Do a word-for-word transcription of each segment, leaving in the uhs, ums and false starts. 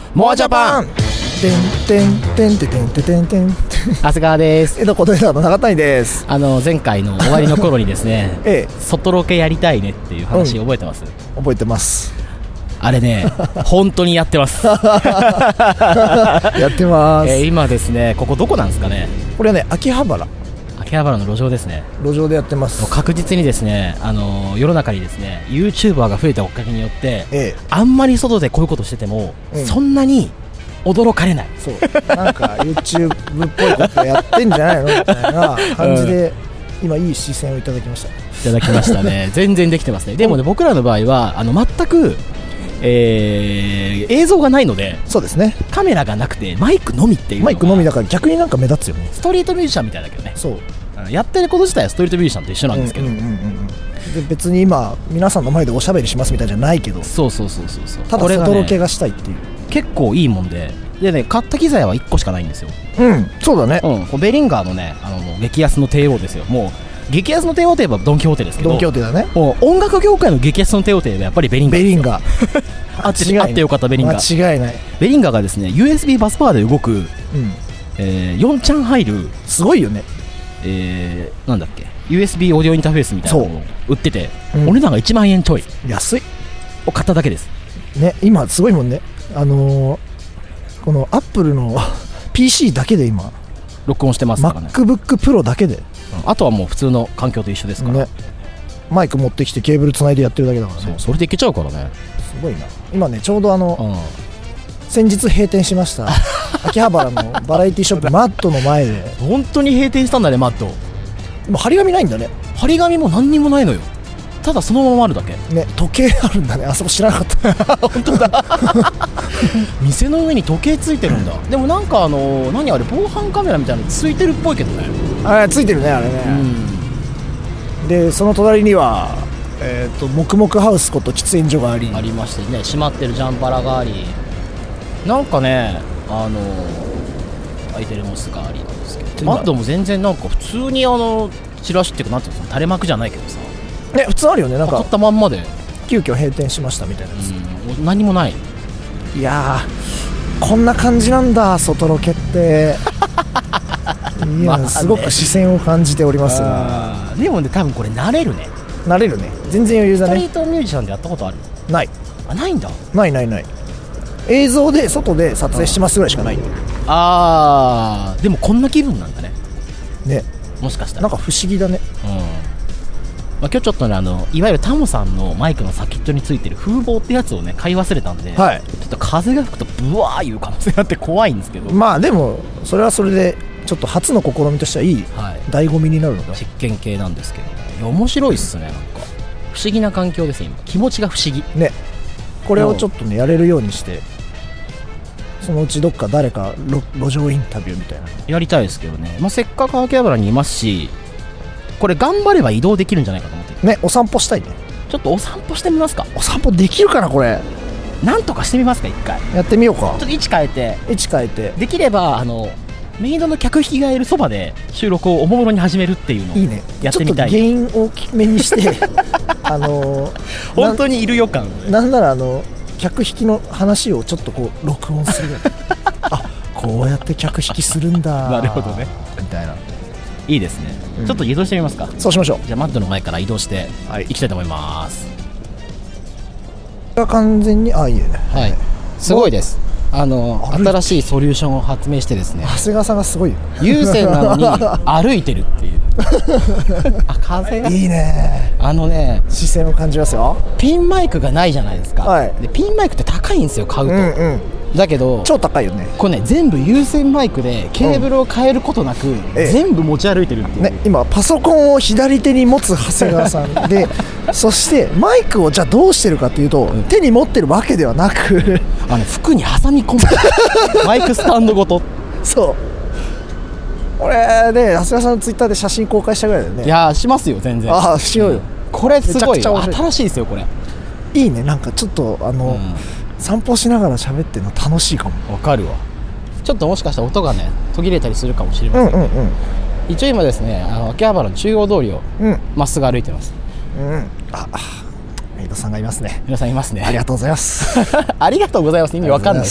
モアジャパン。 てんてんてんてんてんてんてんてん。 長谷川です。 江戸小寺の長谷です。 あの前回の終わりの頃にですね、 ええ、 外ロケやりたいねっていう話覚えてます？ うん、覚えてます。 あれね本当にやってますやってます、 えー、今ですね、ここどこなんですかね。 これはね、秋葉原秋葉原の路上ですね。 路上でやってます。 確実にですね、あのー、世の中にですね YouTuber が増えたおかげによって、 ええ、 あんまり外でこういうことしてても、うん、そんなに驚かれない。 そうなんか YouTube っぽいことやってんじゃないのみたいな感じで、うん、今いい視線をいただきました。 いただきましたね全然できてますね。でもね、僕らの場合はあの全くえー、映像がないので、 そうですね、 カメラがなくてマイクのみっていうのが、 マイクのみだから逆になんか目立つよね。 ストリートミュージシャンみたいだけどね。 そう、 やってること自体はストリートミュージシャンと一緒なんですけど、うんうんうんうん、 で別に今皆さんの前でおしゃべりしますみたいじゃないけど、 そうそうそうそうそう、 ただ外ロケがしたいっていう、ね、 結構いいもんで、でね、買った機材はいっこしかないんですよ。 うん、そうだね、 うん、ベリンガーのね、あのもう激安の帝王ですよ。もう激安の帝王といえばドン・キホーテですけど、 ドン・キホーテだね。 音楽業界の激安の帝王といえばやっぱりベリンガー。 ベリンガーあってあってよかった。ベリンガー間違いない。 ベリンガーがですね ユーエスビー バスパーで動く、うん、えー、よんチャン入る、すごいよね、えー、なんだっけ ユーエスビー オーディオインターフェースみたいなのを売ってて、うん、お値段がいちまんえんちょい、 安いを買っただけですね。今すごいもんね、あのー、このアップルのピーシー だけで今録音してますからね。 MacBook Pro だけで、 あとはもう普通の環境と一緒ですから、ね、 マイク持ってきてケーブルつないでやってるだけだからね。 そう、それでいけちゃうからね。 すごいな。今ね、ちょうどあの、うん、先日閉店しました秋葉原のバラエティショップマットの前で本当に閉店したんだね、マット。 今張り紙ないんだね。 張り紙も何にもないのよ。ただそのままあるだけね。時計あるんだね。あそこ知らなかった本当だ店の上に時計ついてるんだ。でもなんかあのー、何あれ、防犯カメラみたいなのついてるっぽいけどね。 あれついてるね、あれね、うん、でその隣にはえーと黙々ハウスこと喫煙所がありありましてね、閉まってるジャンパラがあり、なんかね、あのー、空いてるモスがありなんですけど、マットも全然なんか普通にあのチラシっていうか、なんていうの、垂れ幕じゃないけどさ、 ね、普通あるよね。なんか買ったまんまで急遽閉店しましたみたいなやつ、 うん、何もない。 いやー、こんな感じなんだ外ロケっていや、まあね、すごく視線を感じておりますが、 でもね、多分これ慣れるね。 慣れるね、全然余裕だね。 ストリートミュージシャンでやったことある？ ない。 あ、ないんだ。 ないないない。映像で外で撮影してますぐらいしかないんだよ。 あー、でもこんな気分なんだね。 ね、 もしかしたらなんか不思議だね。うん、 まあ、今日ちょっとね、あのいわゆるタモさんのマイクの先っちょについてる風防ってやつをね買い忘れたんで、はい、ちょっと風が吹くとブワーいう可能性があって怖いんですけど、 まあでもそれはそれでちょっと初の試みとしてはいい、はい、醍醐味になるのか。 実験系なんですけど、ね、いや面白いっすね。なんか不思議な環境ですね。今気持ちが不思議ね。これをちょっとねやれるようにして、そのうちどっか誰か路上インタビューみたいなやりたいですけどね。まあ、せっかく秋葉原にいますし、これ頑張れば移動できるんじゃないかと思ってね。お散歩したいね。 ちょっとお散歩してみますか。 お散歩できるかなこれ。 なんとかしてみますか。一回やってみようか。 ちょっと位置変えて位置変えてできればあのメイドの客引きがいるそばで収録をおもむろに始めるっていうのをいいね。 やってみたい。 ちょっと原因大きめにしてあのー、 本当にいる予感。 なんならあの客引きの話をちょっとこう録音するあ、こうやって客引きするんだなるほどねみたいな。 いいですね、うん、ちょっと移動してみますか。 そうしましょう。 じゃあマットの前から移動していきたいと思います。 はい、完全に、あ、いいね。 はい、すごいです。あの新しいソリューションを発明してですね、 長谷川さんがすごいよ。 有線なのに歩いてるっていうあ、風がいいね。 あのね、 視線を感じますよ。 ピンマイクがないじゃないですか、はい、でピンマイクって高いんですよ、買うと、うんうん、だけど超高いよね。 これね、全部有線マイクでケーブルを変えることなく、うん、全部持ち歩いてるっていう、ね、 今パソコンを左手に持つ長谷川さんでそしてマイクをじゃあどうしてるかっていうと、うん、手に持ってるわけではなくあの服に挟み込むマイクスタンドごと。 そう、俺ね、長谷川さんのツイッターで写真公開したぐらいだよね。 いやしますよ、全然。 ああ、しようよ、うん、 これすごい新しいですよ、これ。 いいね。なんかちょっとあの、うん、散歩しながら喋ってるの楽しいかも。 わかるわ。ちょっともしかしたら音がね途切れたりするかもしれません、ね、うんうんうん、一応今ですね、あの秋葉原の中央通りをまっすぐ歩いてます、うん、 ああ、メイドさんがいますね。 皆さんいますね。 ありがとうございますありがとうございます。意味わかんないです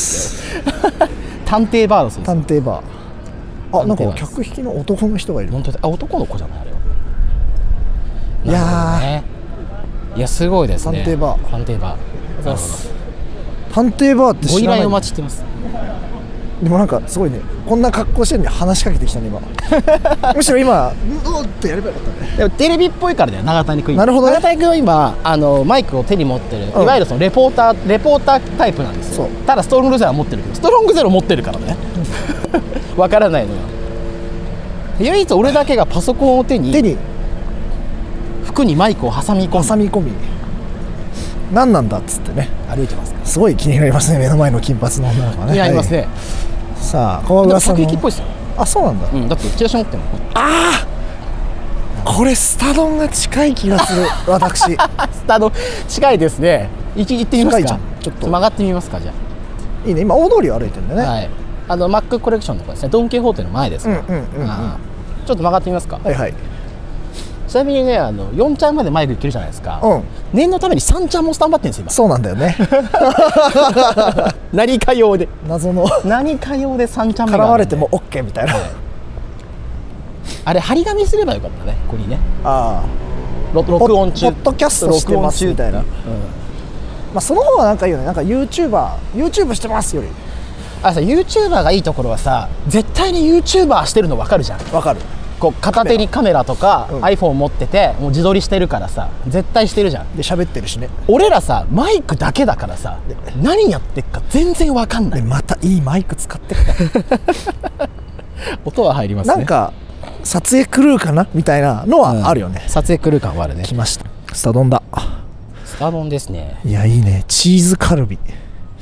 探偵バーだそうです。 探偵バー。あ、なんか探偵バーです客引きの男の人がいる。 本当だ。あ、男の子じゃないあれは。 いやーなるほどね、いやすごいですね。 探偵バー探偵バー。なるほ探偵バーってどご依知らない。 頼お待ちしてます。 でもなんかすごいね、こんな格好してるのに話しかけてきたね今。むしろ今うおっとやればよかったね。 でもテレビっぽいからだよ、長谷君。 なるほどね長谷君は今あのマイクを手に持ってる、 うんいわゆるそのレポーターレポータータイプなんですよ。 そうただストロングゼロは持ってるけど、ストロングゼロ持ってるからね。わからないのよ。唯一俺だけがパソコンを手に手に服にマイクを挟み込ん挟み込み、何なんだっつってね、 で歩いてますかすごい気になりますね、目の前の金髪の女の子がら。 ね。 いやいますね。 はい、さあ川でも村さんの客引きっぽいですよ。 あ、そうなんだ、 うん、だってチラシ持ってるの。 ああこれスタ丼が近い気がする私。 スタート近いですね。行き行ってみますか。 近いじゃんちょっと曲がってみますかじゃいいね、今大通りを歩いてるんだよね、 あ。はい。あのマックコレクションのとこですね。ドン・キホーテの前ですから。 うんうんうんうんああちょっと曲がってみますか。 はいはい、 ちなみにね、あのよんちゃんまでマイクいけるじゃないですか。 うん念のためにさんちゃんもスタンバってるんですよそうなんだよね。 今。何か用で謎の何か用でさんちゃん目絡があるんでまれても OK みたいな。 あれ張り紙すればよかったね、ここにね。 ああろ録音中ポッドキャストしてますみたいな、 うんまあその方がなんかいいよね、なんか YouTuber YouTube してますよりあさ YouTuber がいいところはさ、絶対に YouTuber してるの分かるじゃん。 わかる。 こう片手にカメラとか、 うん iPhone 持っててもう自撮りしてるからさ、絶対してるじゃん。 で喋ってるしね。 俺らさマイクだけだからさ、何やってっか全然分かんない。 でまたいいマイク使ってるから音は入りますね。 なんか撮影クルーかなみたいなのはあるよね、 うん撮影来る感はあるね。 来ましたスタ丼だ。 スタ丼ですね。 いやいいね、チーズカルビ。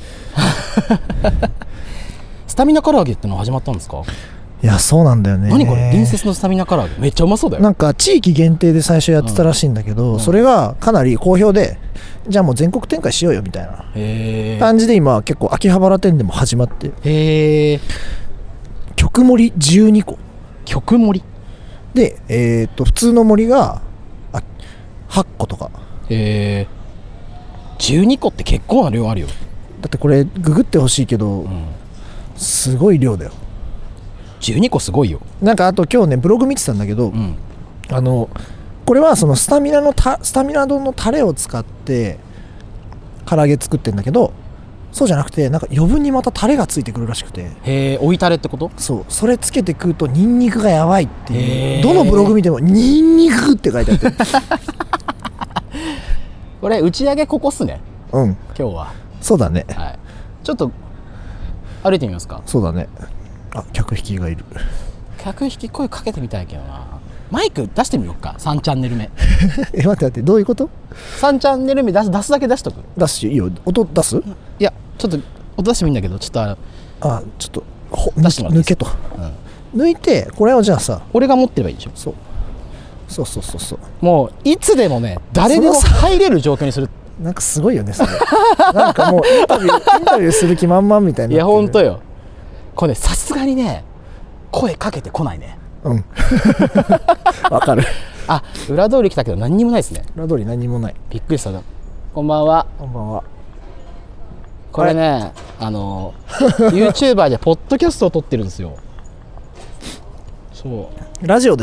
スタミナ唐揚げっての始まったんですか。 いやそうなんだよね。 何これ、隣接のスタミナ唐揚げめっちゃうまそうだよ。 なんか地域限定で最初やってたらしいんだけど、 うんそれがかなり好評で、じゃあもう全国展開しようよみたいなへ感じで今結構秋葉原店でも始まって、 えへえ。 曲盛りじゅうにこ曲盛り。 で、えー、と普通の盛りがあはっことか。 へえ。じゅうにこって結構な量あるよ。 だってこれググってほしいけど、 うん。 すごい量だよ。 じゅうにこすごいよ。 なんかあと今日ねブログ見てたんだけど、 うん。 あのこれはそのスタミナのたスタミナ丼のタレを使って唐揚げ作ってんだけど、そうじゃなくてなんか余分にまたタレがついてくるらしくて、 へえ、追いタレってこと。 そうそれつけて食うとニンニクがやばいってへーいう、どのブログ見てもニンニクって書いてあってこれ打ち上げここっすねうん今日は。 そうだねはい。ちょっと歩いてみますか。 そうだね。あ、客引きがいる。 客引き声かけてみたいけどな。マイク出してみようか。さんチャンネル目。 え、待って待って、どういうこと？ さんチャンネル目出す出すだけ出しとく。 出すしいいよ。音出す？ いやちょっと音出してもいいんだけど、ちょっとあのあ、ちょっとほ出してもらっていいですか。 抜けとうん、 抜いて、これをじゃあさ、 俺が持ってればいいでしょ。 そうそうそうそうそう。 もういつでもね誰でもその入れる状況にする。 なんかすごいよねそれ。なんかもうインタビューインタビューする気満々みたいにいやなってる。 ほんとよ。これねさすがにね声かけてこないね。 うん。わかる。 あ、裏通り来たけど何にもないですね。 裏通り何もない。 びっくりしたな。こんばんは。 こんばんは。 これね、あの YouTuber でポッドキャストを撮ってるんですよ。そうラジオです。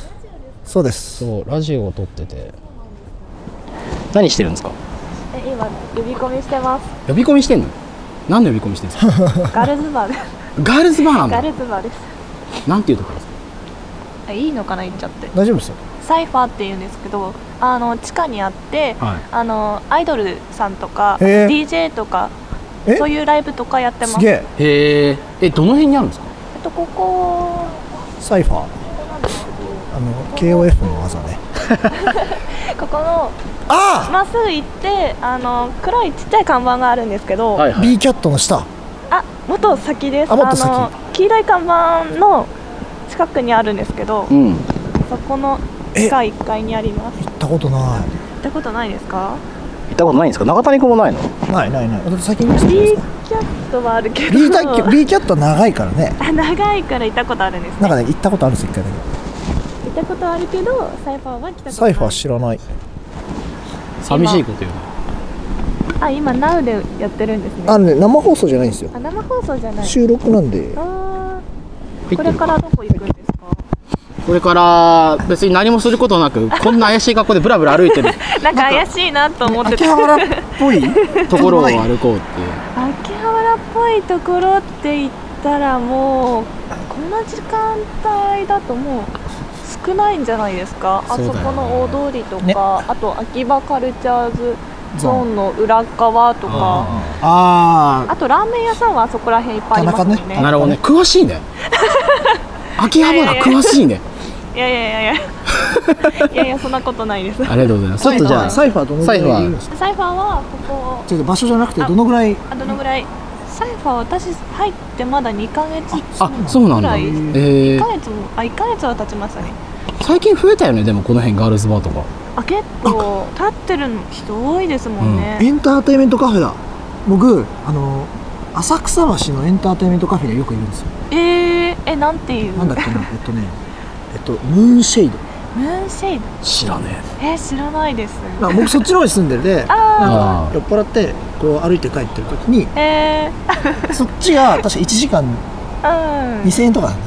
そうです。 そうラジオを撮ってて。何してるんですか。 え今呼び込みしてます。 呼び込みしてんの。何の呼び込みしてるんですか。 ガールズバーです。 ガールズバーなんだ。 ガールズバーです。 なんていうところですか。 あいいのかな言っちゃって。 大丈夫ですよ。 サイファーっていうんですけど、あの地下にあって、 はいあのアイドルさんとかへーディージェー とかえそういうライブとかやってますす。 げえ。 へえ。え、どの辺にあるんですか。 えっとここサイファー。あの ケーオーエフ の技ね。 ここのあまっすぐ行ってあの黒いちっちゃい看板があるんですけど、 はいあ。ビーキャットの下。 あもっと先です。 あもっと先の黄色い看板の近くにあるんですけど、 うん。 そこの地下いっかいにあります。 行ったことな行ったことないですか？ 行ったことないんですか。中谷君もないの。 い。ないないない。だって先に見せて B くキャットはあるけど、 ビーキャット、ビーキャットは長いからね。 あ長いから行ったことあるんですね。 なんかね、行ったことあるんですよ、一回だ行ったことあるけどサイファーは来たことけ。 ない。 サイファー知らない。 寂しいこと言うね。 あ、今 ナウ でやってるんですね。 あのね生放送じゃないんですよ。 あ、生放送じゃない。 収録なんで。 あー、これからどこ行くんですか？ これから別に何もすることなくこんな怪しい格好でブラブラ歩いてるなんか怪しいなと思って秋た。 葉原っぽいところを歩こうっていう。 秋葉原っぽいところって言ったらもうこの時間帯だともう少ないんじゃないですか。あそこの大通りとか、 ね、 あと秋葉カルチャーズゾーンの裏側とか、 ああとラーメン屋さんはあそこら辺いっぱいありますもんね。 なるほどね、詳しいね。秋葉原詳しいね。 いやいやいやいやいやいやそんなことないです。 ありがとうございます。ちょっとじゃあサイファーどのぐらいいるんですか？ サイファーはここ違う場所じゃなくてどのぐらい？ あどのぐらい？サイファー私入ってまだにかげつあ、そうなんだ。えいっー、 かげつもあいっかげつは経ちましたね。 最近増えたよね。でもこの辺ガールズバーとか。 あ、結構立ってる人多いですもんね。 エンターテインメントカフェだ。僕あの浅草橋のエンターテインメントカフェにはよくいるんですよ。 えー、えなんていう？ なんだっけな、えっとねえっとムーンシェイド。 ムーンシェイド知らねえー、知らないです。 まあ僕そっちの方に住んでるで、 あなんか酔っ払ってこう歩いて帰ってる時にーえそっちが確かいちじかんー、うんにせんえんとかだね。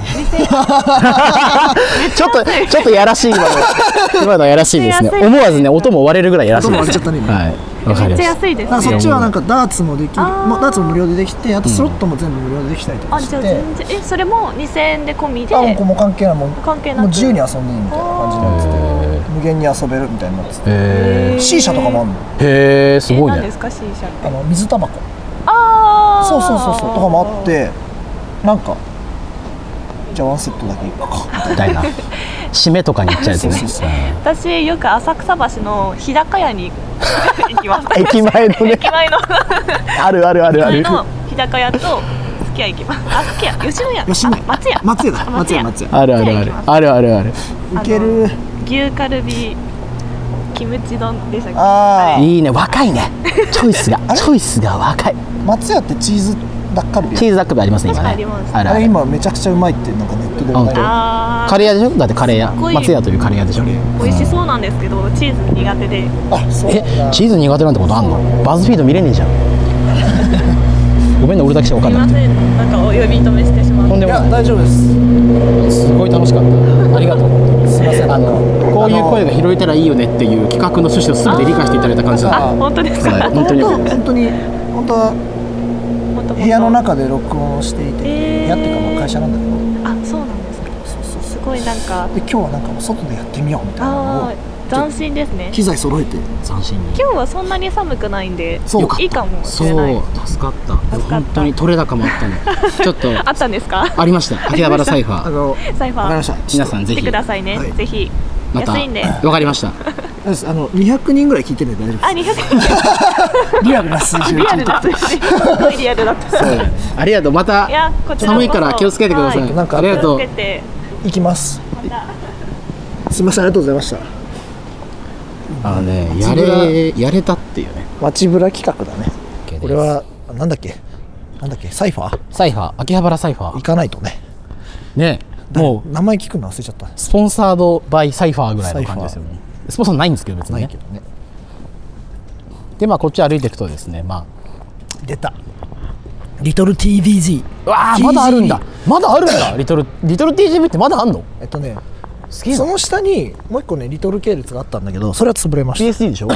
ちょっとちょっとやらしい今の今のやらしいですね。思わずね音も割れるぐらいやらしいです。 音も割れちゃったね今はい。わかめっちゃりました。 安いですね。 なんかそっちはなんかダーツもできる、 あーまあ、ダーツも無料でできて、あとスロットも全部無料でできたりとかして、 あ、じゃあ全然えそれもにせんえんで込みであもうこうもう関係ない、もう関係なくもう自由に遊んでいいみたいな感じになってて、無限に遊べるみたいになってて、 へシーシャとかもあるの。 え、すごいねえ何で。すか C 社って？ あの水タバコ、 ああそうそうそうそうとかもあって、なんかじゃあワンセットだけいいかみたいな。締めとかに行っちゃうやつね。 そうそうそう私よく浅草橋の日高屋に行きます。 駅前のね。 駅前のあるあるあるある。 の日高屋とすき家行きます。あ、すき家、吉野家、 吉野家あ松屋、 松屋だ、 あ松屋松屋あるあるあるあるあるある。 いける。 牛カルビキムチ丼でしたっけ？ あーいいね、若いね。チョイスがチョイスが若い。 松屋ってチーズダッカルビ、 チーズダックルありますね今ね。 確かにありますあるある。 あれ今めちゃくちゃうまいってなんかネットで話題で。 あカレー屋でしょ。だってカレー屋。 すごい松屋というカレー屋でしょ。 ー、美味しそうなんですけどチーズ苦手で。 あ、そうなんえ、 だ。 チーズ苦手なんてことあんの？バズフィード見れねえじゃん。ごめんね、俺だけしか分かんない。 すみません、なんかお呼び止めしてしまって。 いやとんでもない。 大丈夫です。 すごい楽しかった。ありがとう。 すいません。 あのこういう声が拾えたらいいよねっていう企画の趣旨を全て理解していただいた感じだあ、 った。 本当ですか？ はい本当に本当に本当はもっともっと部屋の中で録音していて、 えー部屋っていうかまあ会社なんだけど、 あ、そうなんですか。 そうそうすごいなんか、 で今日はなんかもう外でやってみようみたいなのあをー、斬新ですね。 機材揃えて、 斬新に。 今日はそんなに寒くないんで、 そうかいいかもしそれない。 う、助かった。 助かった本当に取れ高もあったね。ちょっとあったんですか？ ありました。秋葉原サイファー。 あのサイファーわかりました。 来て皆さんぜひくださいね。 はいぜひまた安いんで。 わかりました。 ですあのにひゃくにんぐらい聞いてるんで大丈夫あ、にひゃくです。リアルな数字でリアル聞いてる。 だった。すごいリアルだった。 ありがとう。またいや、こちらこそ寒いから気をつけてください。 はいなんかありがとう気をつ。けて行きます。 また。 すみません、ありがとうございました。 あのね、やれやれたっていうね。 街ブラ企画だね。 OK ですこれはなんだっけなんだっけサイファーサイファー、秋葉原サイファ行ー。 かないとね。 ね、もう名前聞くの忘れちゃった。 スポンサードバイサイファーぐらいの感じですよね。スポンサーないんですけど別にねないけ。どね。 でまあこっち歩いていくとですね、ま出た。リトル ティービージー。 あ、わあまだあるんだ。まだあるんだ。リトルリトル ティージービー ってまだあんの？ えっとね、 すげえな。 その下にもう一個ねリトル系列があったんだけど、それは潰れました。 ピーエスディー でしょ？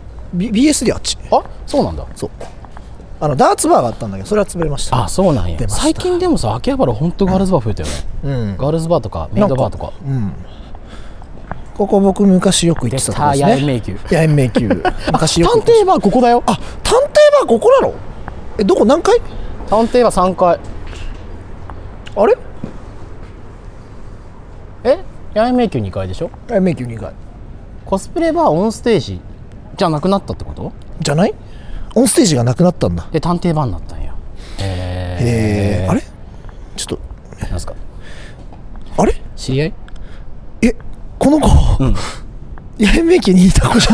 B- ビーエスディー あっち。 あ、そうなんだ。 そう。あのダーツバーがあったんだけど、それは潰れました。 あ、そうなんや出。ました最近でもさ、秋葉原本当ガールズバー増えたよね。 うん。 ガールズバーとかメイドバーとか。 うん。ここ僕昔よく行ってたとこですね。 出た八重迷宮八重迷宮。昔よく行探って偵バーここだよ。 あ、探偵バーここなの？え、どこ何階？ 探偵バーさんかい。 あれ？ え、八重迷宮にかいでしょ？ 八重迷宮にかい。 コスプレバーオンステージじゃなくなったってこと？ じゃない？オンステージがなくなったんだ。 で探偵バーになったんや。へへえ。あれ？ちょっとえ。なんすか？ あれ？ 知り合い？ え、この子、 うん。 八重迷宮にいた子じゃん。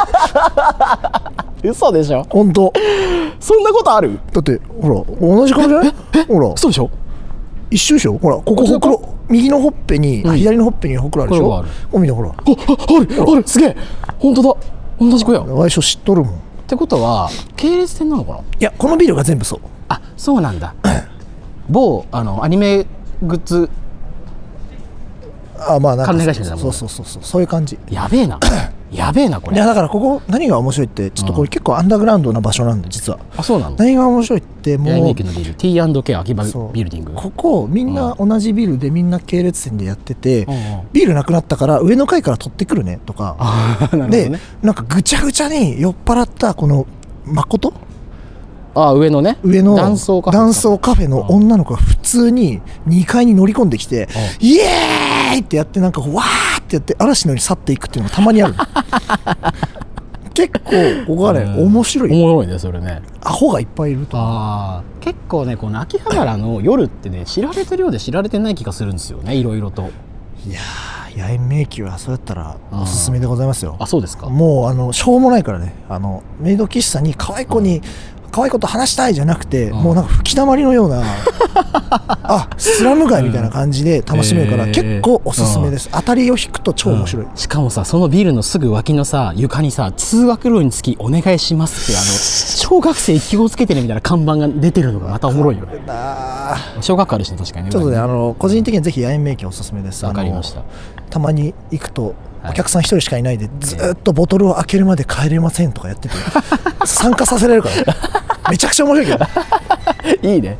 嘘でしょ？ 本当。 そんなことある？ だってほら同じ顔じゃない？ほら嘘でしょ？ 一緒でしょ。ほらここほくろ、右のほっぺに、 うん左のほっぺにほくろあるでしょ。 ほくろがある。 おみなほら。 あ、ああるあるすげえ。本当だ。同じ子や。 ワイショ知っとるもん。 ってことは系列店なのかな。いやこのビルが全部そう。 あ、そうなんだ某あのアニメグッズあまあなんか関連会社みたいなもん。 そうそうそうそうそういう感じ。 やべえなやべえなこれ。 いやだからここ何が面白いってちょっとこれ結構アンダーグラウンドな場所なんで実は。 あ、そうなんだ。 何が面白いってもう八重駅のビル ティーアンドケー 秋葉ビルディング。 ここみんな同じビルでみんな系列店でやってて、 うんうん、 ビールなくなったから上の階から取ってくるねとかな、ね、 でなんかぐちゃぐちゃに酔っ払ったこの誠あ上のね上の男装カフェ男装カフェの女の子が普通ににかいに乗り込んできてイエーイってやってなんかわーってやって嵐のように去っていくっていうのがたまにある結構ここがね面白い。 面白いねそれね。 アホがいっぱいいると。 あ結構ねこの秋葉原の夜ってね知られてるようで知られてない気がするんですよねいろいろと。 いやー八重名機はそうやったらおすすめでございますよ。 あそうですか。 もうあのしょうもないからねあのメイド喫茶に可愛い子に可愛い子と話したいじゃなくて、うん、もうなんか吹き溜まりのようなあスラム街みたいな感じで楽しめるから、うん、結構おすすめです、えー、当たりを引くと超面白い、 うん、しかもさそのビルのすぐ脇のさ床にさ通学路につきお願いしますってあの小学生気をつけてねみたいな看板が出てるのがまたおもろいよ。小学校あるしね確かにね。 ちょっとねあの個人的にはぜひ八重名機おすすめです。 わかりました。 たまに行くとお客さん一人しかいないで、はい、ずっとボトルを開けるまで帰れませんとかやってて参加させられるから、ね、めちゃくちゃ面白いけどいいね。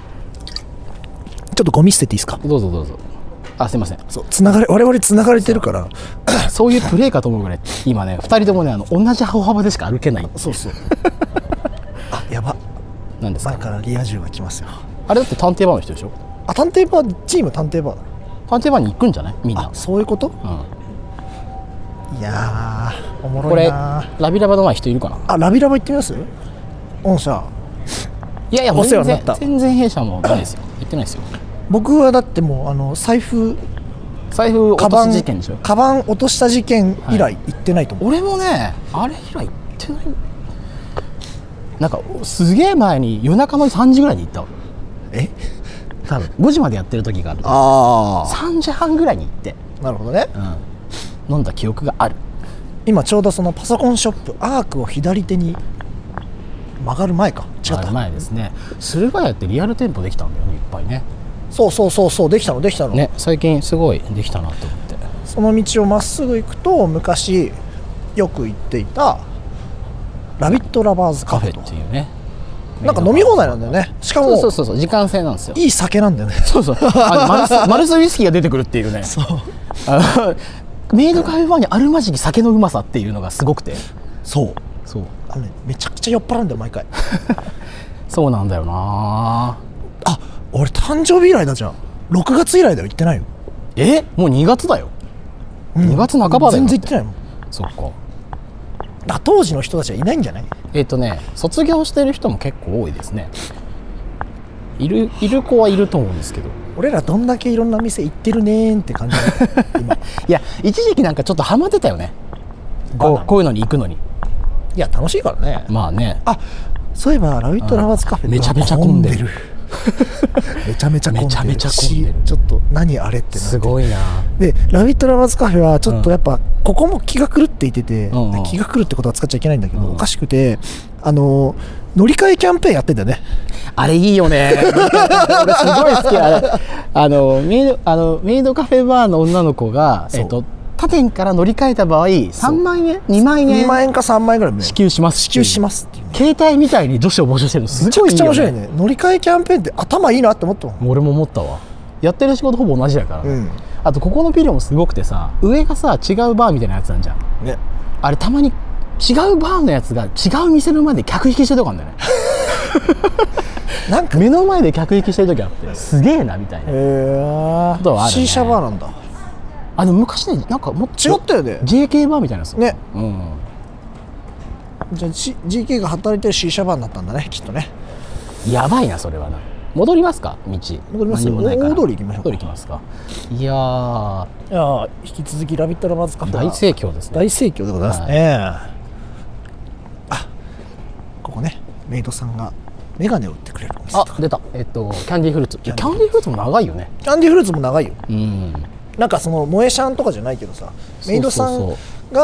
ちょっとゴミ捨てていいですか。 どうぞどうぞ。あすいません。 そうつながれ我々つながれてるからそういうプレーかと思うぐらい今ねふたりともねあの同じ歩幅でしか歩けない。 そうそうあやばなんですか。 前からリア充が来ますよ。 あれだって探偵バーの人でしょ。 あ探偵バーチーム探偵バー探偵バーに行くんじゃないみんな。 あそういうこと、うん、いやーおもろいな。 これラビラバの前人いるかな。 あラビラバ行ってみます。御社いやいやお世話になった。 全然弊社もないですよ行ってないですよ。 僕はだってもうあの財布財布落とし事件でしょ。 カバン落とした事件以来行ってないと思う、 はい、俺もねあれ以来行ってない。なんかすげえ前に夜中のさんじぐらいに行ったわ。え多分ごじまでやってる時がある。あさんじはんぐらいに行って。 なるほどね、 うん、飲んだ記憶がある。 今ちょうどそのパソコンショップアークを左手に曲がる前か。違った。 曲がる前ですね。駿河屋ってリアル店舗できたんだよねいっぱいね。 そうそうそうそうできたのできたのね最近すごいできたなと思って。 その道をまっすぐ行くと昔よく行っていたラビットラバーズカフェっていうね。 なんか飲み放題なんだよね。しかもそうそうそう時間制なんですよ。 いい酒なんだよね。 そうそうあマルスマルスウイスキーが出てくるっていうね。そうあのメイドカフェバーにあるまじき酒のうまさっていうのがすごくて。 そうそうあの、ね、めちゃくちゃ酔っ払うんだよ毎回そうなんだよなあ俺誕生日以来だじゃん。ろくがつ以来だよ行ってないよ。 えもうにがつだよ、うん、にがつなかばだよ。 全然行ってないもん。 そっかあ当時の人たちはいないんじゃない。 えっ、ー、とね卒業してる人も結構多いですね。いるいる子はいると思うんですけど俺らどんだけいろんな店行ってるねーんって感じ今いや一時期なんかちょっとハマってたよねこう、こういうのに行くのに。 いや楽しいからね。 まあね。 あそういえばラビットラバーズカフェめちゃめちゃ混んでるめちゃめちゃ混んでるめちゃめちゃ混んでる。 ちょっと何あれってなってすごいな。 でラビットラバーズカフェはちょっとやっぱ、うん、ここも気が狂っていてて、うんうん、気が狂ってことは使っちゃいけないんだけど、うん、おかしくてあの乗り換えキャンペーンやってんだよね。 あれいいよね俺すごい好きあれあのメイドあのメイドカフェバーの女の子がえっと他店から乗り換えた場合さんまんえんにまんえんにまんえんかさんまんえんぐらい支給します支給しますっていう、ね、 携帯みたいに女子を募集してるのすごいいいよね。 めちゃくちゃ面白いね。乗り換えキャンペーンって頭いいなって思ったもん。 俺も思ったわ。やってる仕事ほぼ同じだから、うん、あとここのビルもすごくてさ上がさ違うバーみたいなやつなんじゃん、ね、あれたまに違うバーのやつが違う店の前で客引きしてるとこあるんだよねなんか目の前で客引きしてる時あってすげえなみたいな。へえー、ね、シーシャバーなんだ。 あの昔ねなんかもっと違ったよねジェーケー バーみたいなやつね、 うん、 じゃあ ジーケー が働いてる シーシャバーになったんだねきっとね。 やばいなそれはな。戻りますか道。 戻りますよ。大通り行きましょうか。 大通り行きますか。いやーいや引き続きラビットラバーズカフェ大盛況ですね。 大盛況でございますね、はい、あここねメイドさんがメガネを売ってくれるお店とか。 あ出たえっとキャンディーフルーツ。キャンディーフルーツも長いよね。 キャンディーフルーツも長いよ、 うん、 なんかその萌えシャンとかじゃないけどさメイドさんが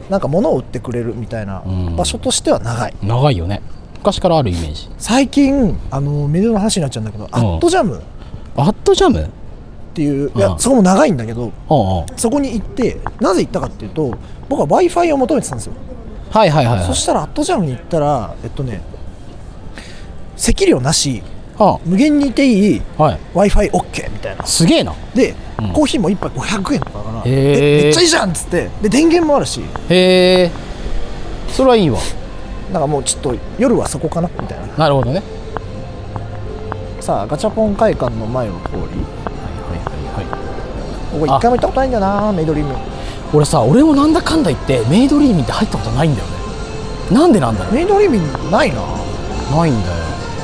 なんか物を売ってくれるみたいな場所としては長い、 長いよね。昔からあるイメージ。 最近あのメディアの話になっちゃうんだけど、アットジャムアットジャムっていう、いやうんそこも長いんだけど、 ああそこに行ってなぜ行ったかっていうと、僕は Wi-Fi を求めてたんですよ。 はいはいはいはい。 そしたらアットジャムに行ったらえっとね席料なし、 あ無限にいていいあはい Wi-FiOK みたいなすげえな。 で、 うんコーヒーもいっぱいごひゃくえんとかかな、 へーえめっちゃいいじゃんっつって、で電源もあるし、 へえそれはいいわ。 なんかもうちょっと夜はそこかなみたいな。 なるほどね。 さあガチャポン会館の前を通り、 はいはいはいはい。 ここ一回も行ったことないんだよな、メイドリーム。 俺さ、俺もなんだかんだ言ってメイドリーミンって入ったことないんだよね。なんでなんだろう。 メイドリームないな。 ないんだよ。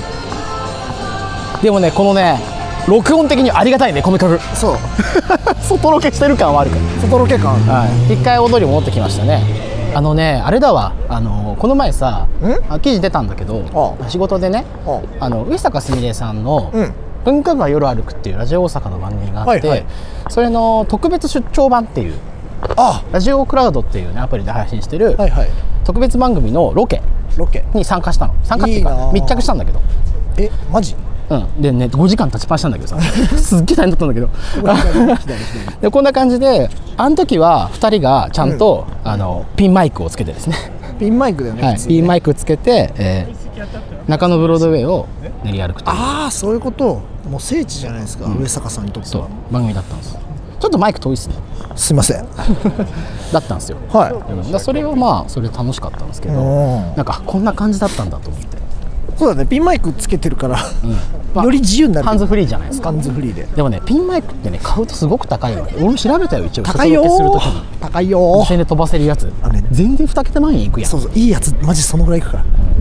でもね、このね録音的にありがたいね、この曲。 そう外ロケしてる感はあるから。 外ロケ感、 はい、一回踊り戻ってきましたね。あのね、あれだわ、あのこの前さあ記事出たんだけど、 あ仕事でね、 ああの上坂すみれさんのうん 「文化部は夜歩く」っていうラジオ大阪の番組があって、 はいはいそれの特別出張版っていうあラジオクラウドっていう、ね、アプリで配信してるはいはい、 特別番組のロケロケに参加したの。参加っていうかいいなあ密着したんだけど、 えマジうん、でねごじかん立ちっぱなししたんだけどさすっげえ大変だったんだけどでこんな感じで、あの時はふたりがちゃんと、うん、あのピンマイクをつけてですねピンマイクだよね、 はい、 普通ねピンマイクつけて、えー、中野ブロードウェイを練り歩くという、 ああそういうこと。もう聖地じゃないですか、 うん上坂さんにとってそうは。 番組だったんです。ちょっとマイク遠いっすねすいませんだったんですよ、 はい、 うん、だからそれはまあそれ楽しかったんですけど、 うんなんかこんな感じだったんだと思って、 そうだね、ピンマイクつけてるから、 うんまあ、 より自由になる。 ハンズフリーじゃないですか。 ハンズフリーででもね、ピンマイクってね買うとすごく高いわ。俺も調べたよ、一応高いよ外ロケするときにー高いよ無ー。 線で飛ばせるやつ、 あれ全然に桁万円いくやん。 そうそう、いいやつマジそのぐらいいくから、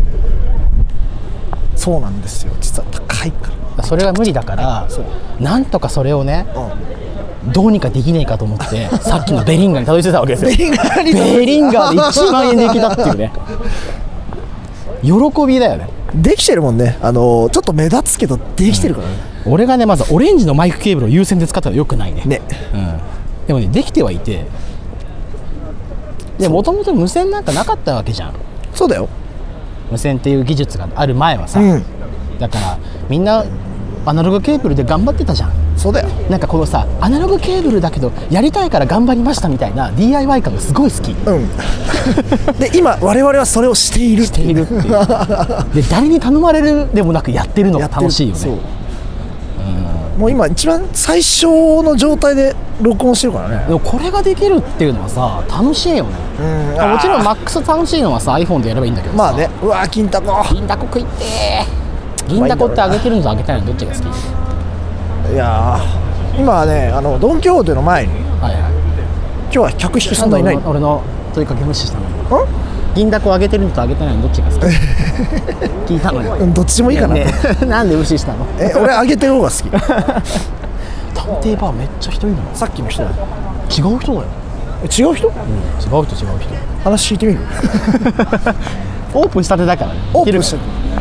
そうなんですよ、実は高いかそれが無理だからそうなんとかそれをねら、うんどうにかできねえかと思ってさっきのベリンガーにたどり着いたわけですよ。 ベリンガーにベリンガーでいちまんえんでいけたっていうね喜びだよね。 できてるもんね、あのーちょっと目立つけどできてるからね、 俺がねまずオレンジのマイクケーブルを優先で使ったらよくないね。 ねうん、でもねできてはいて、でもともと無線なんかなかったわけじゃん。 そうだよ、 無線っていう技術がある前はさ、 うんだからみんなアナログケーブルで頑張ってたじゃん。 そうだよ。 なんかこのさアナログケーブルだけどやりたいから頑張りましたみたいな ディーアイワイ 感がすごい好きうんで今我々はそれをしているしているっていうで誰に頼まれるでもなくやってるのが楽しいよね。 そう、もう今一番最初の状態で録音してるからね。 でもこれができるっていうのはさ楽しいよね。 うんまあもちろんあーマックス楽しいのはさ iPhone でやればいいんだけどさ、 まあね、うわー金タコ、 銀だこ食いてー。銀だこって揚げてるのと揚げてないのどっちが好き？ いやー今はね、あのドン・キホーテの前にはいはい。 今日は客引きそんないない。 俺の問いかけ無視したの。 ん銀だこ揚げてるのと揚げてないのどっちが好き？聞いたのよ。 うんどっちもいいかな、 ねなんで無視したの？ え俺揚げてる方が好き探偵バーめっちゃ人いるの。 さっきの人だよ。 違う人だよ。 え違う人、 違う人違う人。 話聞いてみるオープンしたてだからね。 オープンしてる。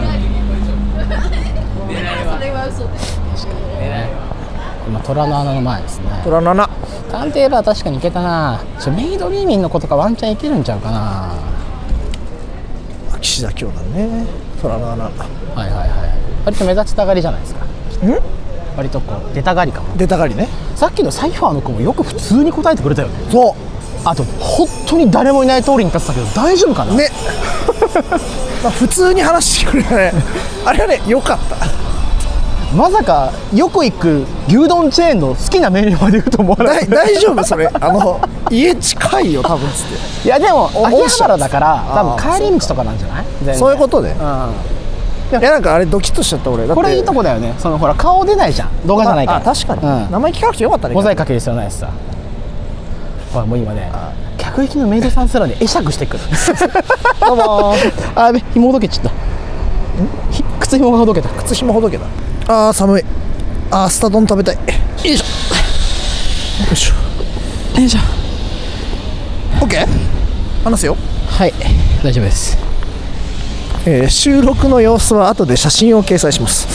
今虎の穴の前ですね。 虎の穴、 探偵バー確かに行けたな。ちょメイドリーミンの子とかワンチャン行けるんちゃうかな。 岸田兄弟ね、虎の穴。 はいはいはい。割と目立ちたがりじゃないですか。 ん割とこう出たがりかも。 出たがりね。 さっきのサイファーの子もよく普通に答えてくれたよね。 そうあと本当に誰もいない通りに立ってたけど大丈夫かな。 ねまあ普通に話してくれたねあれはね、よかった。 まさかよく行く牛丼チェーンの好きなメニューまで言うと思わなだい。 大丈夫それ、あの家近いよ多分つっていやでもお秋葉原だからあー多分帰り道とかなんじゃない。全然そういうことで、 うんいやなんかあれドキッとしちゃった俺。だってこれいいとこだよね。そのほら顔出ないじゃん、動画じゃないから。 あ確かに、 うん名前聞かなくてよかったね。 モザイクかける必要ないしさ。ほらもう今ね客引きのメイドさんすらね会釈してくるどうもーあやべ紐ほどけちゃった。ひ靴紐がほどけた。 靴紐ほどけた。あー寒い。あースタ丼食べたい。よいしょよいしょよいしょ。 オッケー話すよ。 はい大丈夫です。 えー収録の様子は後で写真を掲載します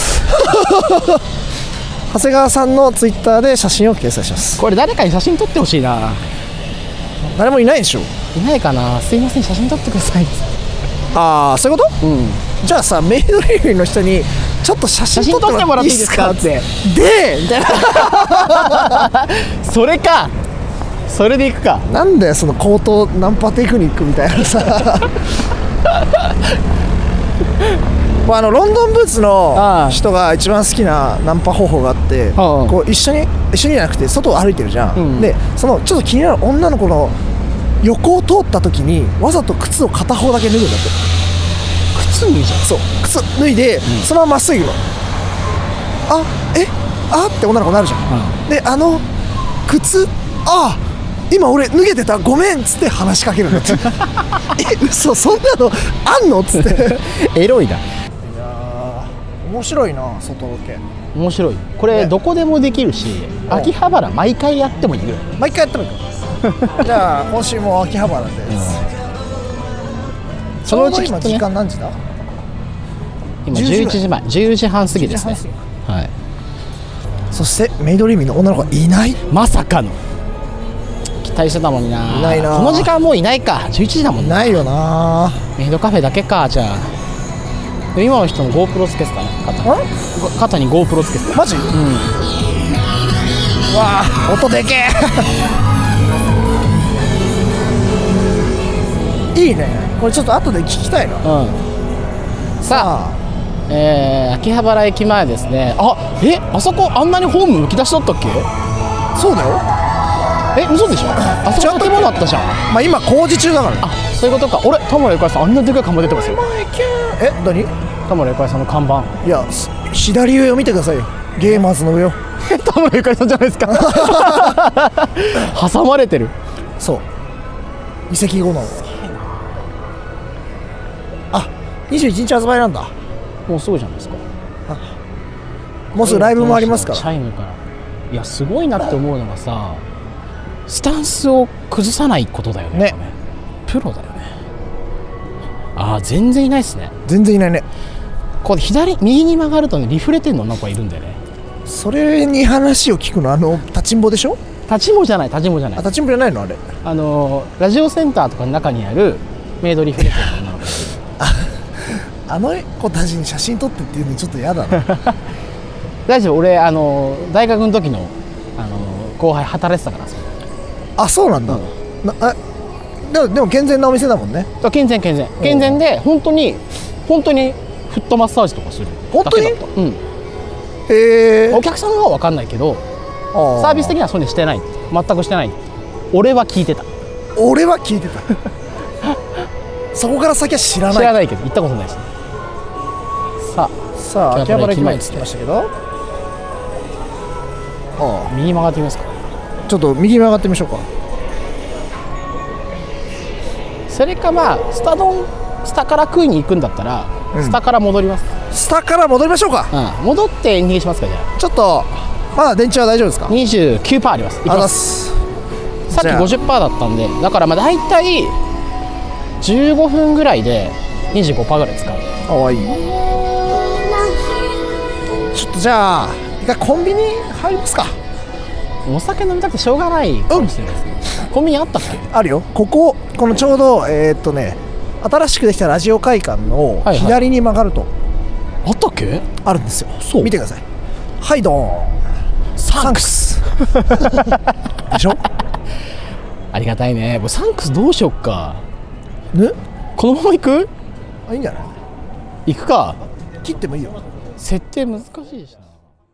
長谷川さんのツイッターで写真を掲載します。 これ誰かに写真撮ってほしいな。 誰もいないでしょ。 いないかな。すいません写真撮ってくださいっつって。 ああそういうこと。 うんじゃあさメイドリーの人にちょっと写真撮ってもらっていいですかってでみたいなそれかそれでいくか。 なんだよその口頭ナンパテクニックみたいなさもうあのロンドンブーツの人が一番好きなナンパ方法があって、 ああこう一緒に一緒にじゃなくて外を歩いてるじゃん、うん、でそのちょっと気になる女の子の横を通った時にわざと靴を片方だけ脱ぐんだって。 靴脱いじゃん。 そう靴脱いで、うん、そのまままっすぐ行くの。あえあって女の子になるじゃん、うん、であの靴あ今俺脱げてたごめんっつって話しかけるんだってえ嘘そんなのあんのっつってエロいな。 いやー面白いな外ロケ。 面白いこれ、ね、どこでもできるし秋葉原毎回やってもいいぐらい。 毎回やってもいいかじゃあ今週も秋葉原です、うん、そのうち今時間何時だ。 今じゅういちじまえじゅうじはん過ぎですね。はい。 そしてメイドリーミーの女の子はいない。 まさかの期待してたのにな。 いないな。 この時間もういないか。じゅういちじだもんね。 ないよな。 メイドカフェだけか。じゃあ今の人も GoPro つけてたね。肩肩に GoPro つけてた。 マジ。うん。うわあ音でけえいいねこれちょっと後で聞きたいな。 うん。さあえー、秋葉原駅前ですね。あえあそこあんなにホームむき出しだったっけ。 そうだよ。 え嘘でしょ。あそこ建物あったじゃん。 まあ今工事中だから。 あそういうことか。俺田村ゆかりさんあんなでかい看板出てますよ。 え何田村ゆかりさんの看板。 いや左上を見てくださいよ。ゲーマーズの上を田村ゆかりさんじゃないですか挟まれてる。 そう移籍後なの。あにじゅういちにち発売なんだ。 もうすぐじゃないですか。 もうすぐライブもありますから。 チャイムからいやすごいなって思うのがさスタンスを崩さないことだよ ね, ねプロだよね。あー全然いないっすね。 全然いないね。 これ左右に曲がるとねリフレてんのなんかいるんだよね。 それに話を聞くのあの立ちんぼでしょ。 立ちんぼじゃない立ちんぼじゃない。 あ立ちんぼじゃないのあれ。 あのラジオセンターとかの中にあるメイドリフレてる女の子あの子たちに写真撮ってっていうのちょっと嫌だな大丈夫俺あの大学の時のあの後輩働いてたからさ。 あそうなんだ、うん、なあでもでも健全なお店だもんね。 健全健全健全で本当に本当にフットマッサージとかする本当にだけだった。うんへえ。 お客さんは分かんないけどサービス的にはそういうのしてない全くしてない。俺は聞いてた。 俺は聞いてたそこから先は知らない。 知らないけど行ったことないですね。さあさあ秋葉原駅前に着きましたけど、ああ右曲がってみますか。 ちょっと右曲がってみましょうか。 それかまあスタ丼スタから食いに行くんだったら、うん、スタから戻りますか。 スタから戻りましょうか、 うん、戻って演技しますか。じゃあちょっとまだ電池は大丈夫ですか。 にじゅうきゅうパーセント あります。いきます。さっき ごじゅっパーセント だったんでだからまあ大体じゅうごふんぐらいで にじゅうごパーセント ぐらい使う。 かわいい。ちょっとじゃあ一回コンビニ入りますか。 お酒飲みたくてしょうがないかもしれないですね、うん、コンビニあったっけ。あるよ。こここのちょうどえー、っとね新しくできたラジオ会館の左に曲がると、はいはい、 あったっけ。 あるんですよ。 そう見てください。はいどーんサンクスでしょありがたいね。もうサンクスどうしよっかね。 このまま行く。 あいいんじゃない。 行くか。 切ってもいいよ。 設定難しいしな。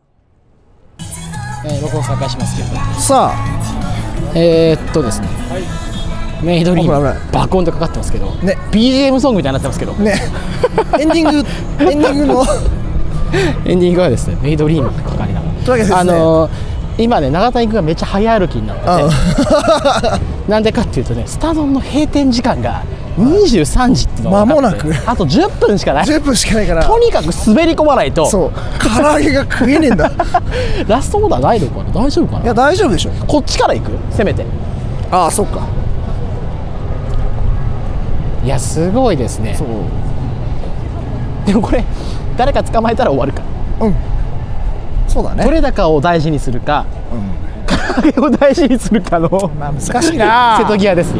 えー、録音再開しますけどさあえー、っとですね、はい、メイドリーム爆音でかかってますけど、ね、ビージーエム ソングみたいになってますけどねエンディングエンディングのエンディングはですねメイドリームがかかりながらというわけですね、 あのー、今ね永谷君がめっちゃ早歩きになってて、うん、なんでかっていうとねスタ丼の閉店時間がにじゅうさんじっていうのが分かって間もなくあとじゅっぷんしかないじゅっぷんしかないからとにかく滑り込まないと。 そう唐揚げが食えねえんだラストオーダーないのかな。大丈夫かな。 いや大丈夫でしょ。 こっちから行くせめて。 ああそっか。 いやすごいですね。 そうでもこれ誰か捕まえたら終わるから。 うんそうだね。 取れ高を大事にするか、 うん、 影を大事にするかのまあ難しいな瀬戸際ですね。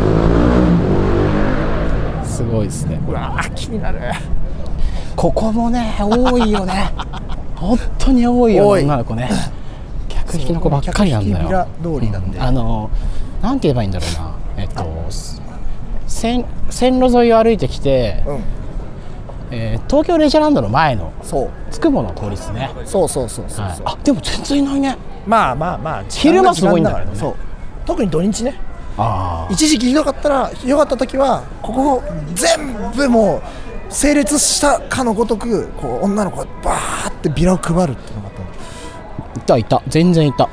すごいですね。 うわー気になる。 ここもね多いよね本当に多いよ多い女の子ね。客引きの子ばっかりなんだよ。 客引きビラ通りなんで、 うん、あのなんて言えばいいんだろうな、えっと線線路沿いを歩いてきて、 うんえー、東京レジャーランドの前のそうつくもの通りですね。 そうそうそうそう、 はい、あでも全然いないね。 まあまあまあ昼間すごいんだからね。 そう特に土日ね。 あ一時期ひどかったらひどかった時はここ全部もう整列したかのごとくこう女の子がバーってビラを配るっていうのがあったんだ。 いたいた全然いた。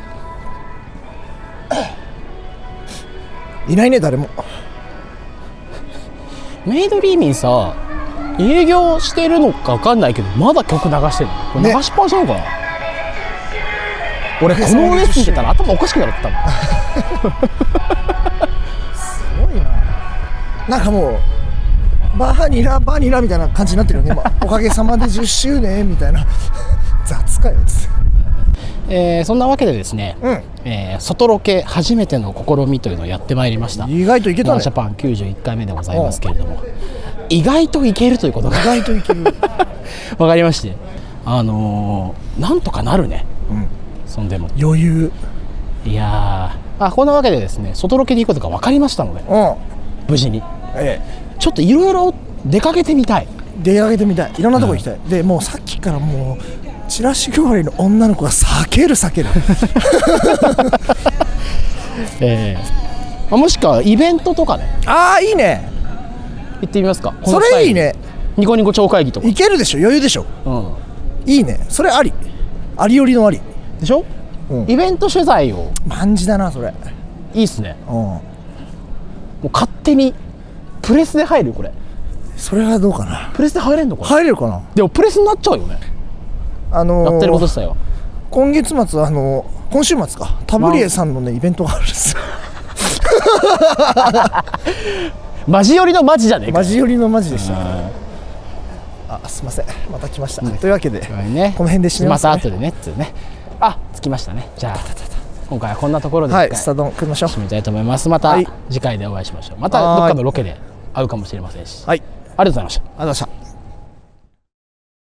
いないね誰も。 メイドリーミンさ営業してるのか分かんないけどまだ曲流してるの。これ流しっぱなしなのかな、ね、俺この上住んでたら頭おかしくなるってたもんすごいな。なんかもうバニラバニラみたいな感じになってるよね、まあ、おかげさまでじゅっしゅうねんみたいな雑かよつって、 えー、そんなわけでですね、 うんえー、外ロケ初めての試みというのをやってまいりました。 意外といけたね。 ジャパンきゅうじゅういっかいめでございますけれども、意外といけるということが意外といける分かりまして、あのー、なんとかなるね、 うん、 そんでも余裕。 いやーあこんなわけでですね外ロケで行くことが分かりましたので、 うん、 無事に、 ええ、ちょっといろいろ出かけてみたい。 出かけてみたい。いろんなとこ行きたい、うん、でもうさっきからもうチラシ配りの女の子が避ける避けるえー、もしくはイベントとかね。 ああいいね。 行ってみますか。 それいいね。 ニコニコ超会議とかいけるでしょ。余裕でしょ、うん、いいね。それありありよりのありでしょ、うん、イベント取材を万事だなそれ。 いいっすね、 うん、 もう勝手にプレスで入る。これそれはどうかな。 プレスで入れんのかな。 入れるかな。 でもプレスになっちゃうよね、 あのー、 やってることしたよ。 今月末あのー、今週末かタブリエさんのねイベントがあるんですよマジ寄りのマジじゃねえか。 マジ寄りのマジでした、ね、あすいませんまた来ました、うん、というわけで、ね、この辺で締めますね。 また後でねっつうね。あ着きましたね。じゃあ今回はこんなところではいスタ丼食いましょう。 締めたいと思います。また次回でお会いしましょう。またどっかのロケで会うかもしれませんし、はい、ありがとうございました。 ありがとうございました。